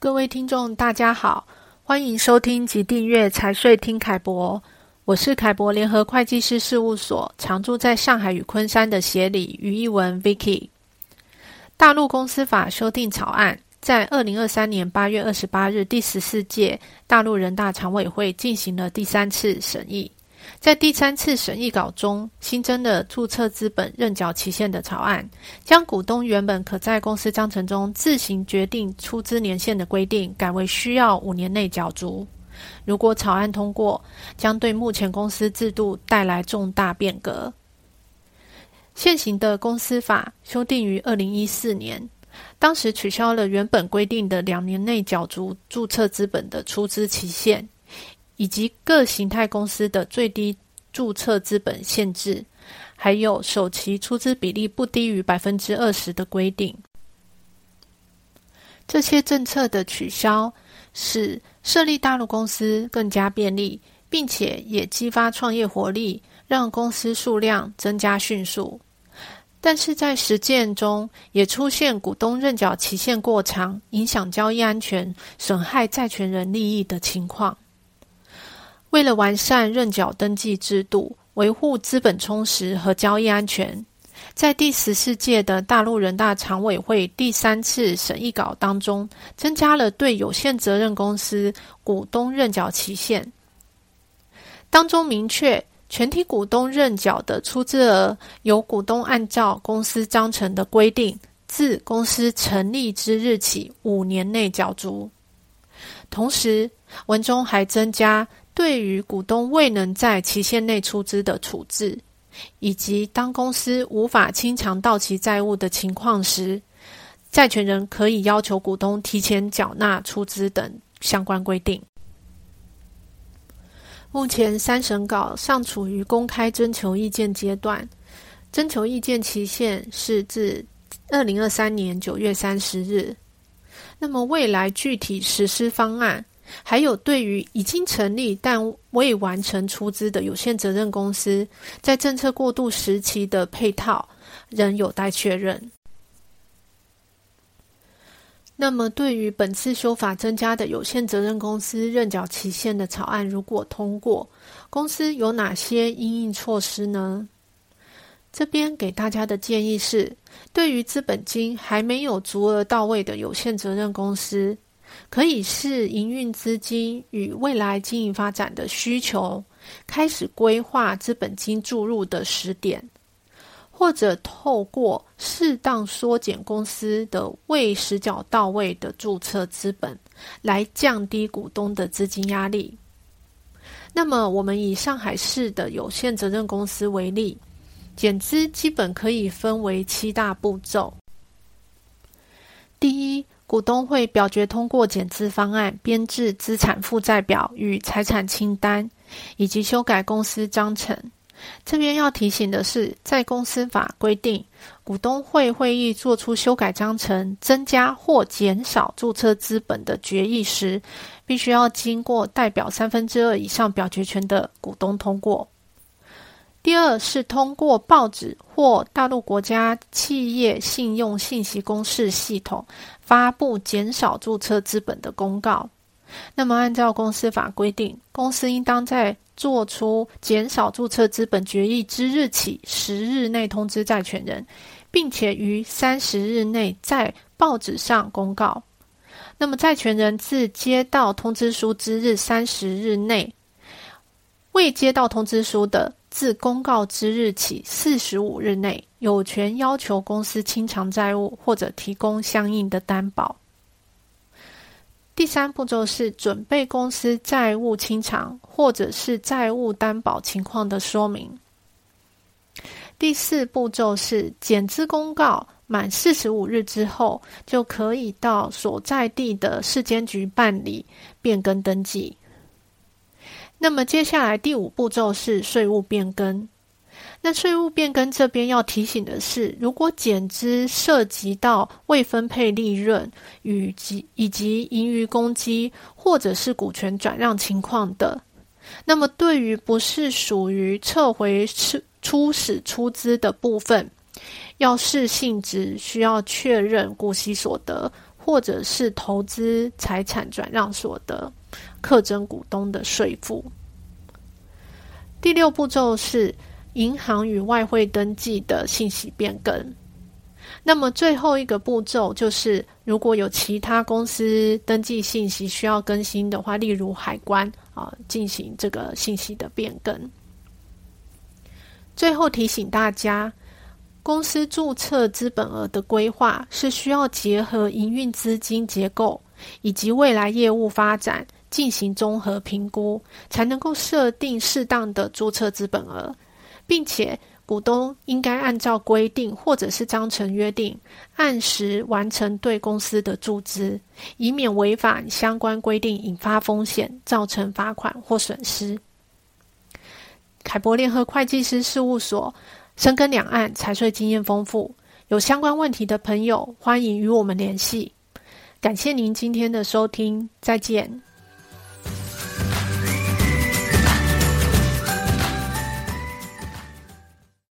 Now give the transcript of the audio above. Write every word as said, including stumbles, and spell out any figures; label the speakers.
Speaker 1: 各位听众大家好，欢迎收听及订阅财税听凯博，我是凯博联合会计师事务所常驻在上海与昆山的协理于一文 Vicky。 大陆公司法修订草案在二零二三年八月二十八日第十四届大陆人大常委会进行了第三次审议。在第三次审议稿中，新增了注册资本认缴期限的草案，将股东原本可在公司章程中自行决定出资年限的规定改为需要五年内缴足。如果草案通过，将对目前公司制度带来重大变革。现行的公司法修订于二零一四年，当时取消了原本规定的两年内缴足注册资本的出资期限，以及各形态公司的最低注册资本限制，还有首期出资比例不低于 百分之二十 的规定。这些政策的取消使设立大陆公司更加便利，并且也激发创业活力，让公司数量增加迅速。但是在实践中也出现股东认缴期限过长，影响交易安全，损害债权人利益的情况。为了完善认缴登记制度，维护资本充实和交易安全，在第十四届的大陆人大常委会第三次审议稿当中，增加了对有限责任公司股东认缴期限。当中明确，全体股东认缴的出资额由股东按照公司章程的规定，自公司成立之日起五年内缴足。同时，文中还增加对于股东未能在期限内出资的处置，以及当公司无法清偿到期债务的情况时，债权人可以要求股东提前缴纳出资等相关规定。目前三审稿尚处于公开征求意见阶段，征求意见期限是至二零二三年九月三十日。那么未来具体实施方案，还有对于已经成立但未完成出资的有限责任公司，在政策过渡时期的配套仍有待确认。那么对于本次修法增加的有限责任公司认缴期限的草案如果通过，公司有哪些因应措施呢？这边给大家的建议是，对于资本金还没有足额到位的有限责任公司，可以视营运资金与未来经营发展的需求，开始规划资本金注入的时点，或者透过适当缩减公司的未实缴到位的注册资本，来降低股东的资金压力。那么我们以上海市的有限责任公司为例，减资基本可以分为七大步骤。第一，股东会表决通过减资方案，编制资产负债表与财产清单，以及修改公司章程。这边要提醒的是，在公司法规定，股东会会议做出修改章程、增加或减少注册资本的决议时，必须要经过代表三分之二以上表决权的股东通过。第二是通过报纸或大陆国家企业信用信息公示系统发布减少注册资本的公告。那么按照公司法规定，公司应当在做出减少注册资本决议之日起十日内通知债权人，并且于三十日内在报纸上公告。那么债权人自接到通知书之日三十日内，未接到通知书的，自公告之日起四十五日内，有权要求公司清偿债务或者提供相应的担保。第三步骤是准备公司债务清偿或者是债务担保情况的说明。第四步骤是减资公告满四十五日之后，就可以到所在地的市监局办理变更登记。那么接下来第五步骤是税务变更。那税务变更这边要提醒的是，如果减资涉及到未分配利润与及以及盈余公积或者是股权转让情况的，那么对于不是属于撤回初始出资的部分，要视性质需要确认股息所得或者是投资财产转让所得，课征股东的税负。第六步骤是银行与外汇登记的信息变更。那么最后一个步骤就是，如果有其他公司登记信息需要更新的话，例如海关啊，进行这个信息的变更。最后提醒大家，公司注册资本额的规划是需要结合营运资金结构以及未来业务发展进行综合评估，才能够设定适当的注册资本额，并且股东应该按照规定或者是章程约定，按时完成对公司的注资，以免违反相关规定引发风险，造成罚款或损失。凯博联合会计师事务所深耕两岸，财税经验丰富，有相关问题的朋友欢迎与我们联系。感谢您今天的收听，再见。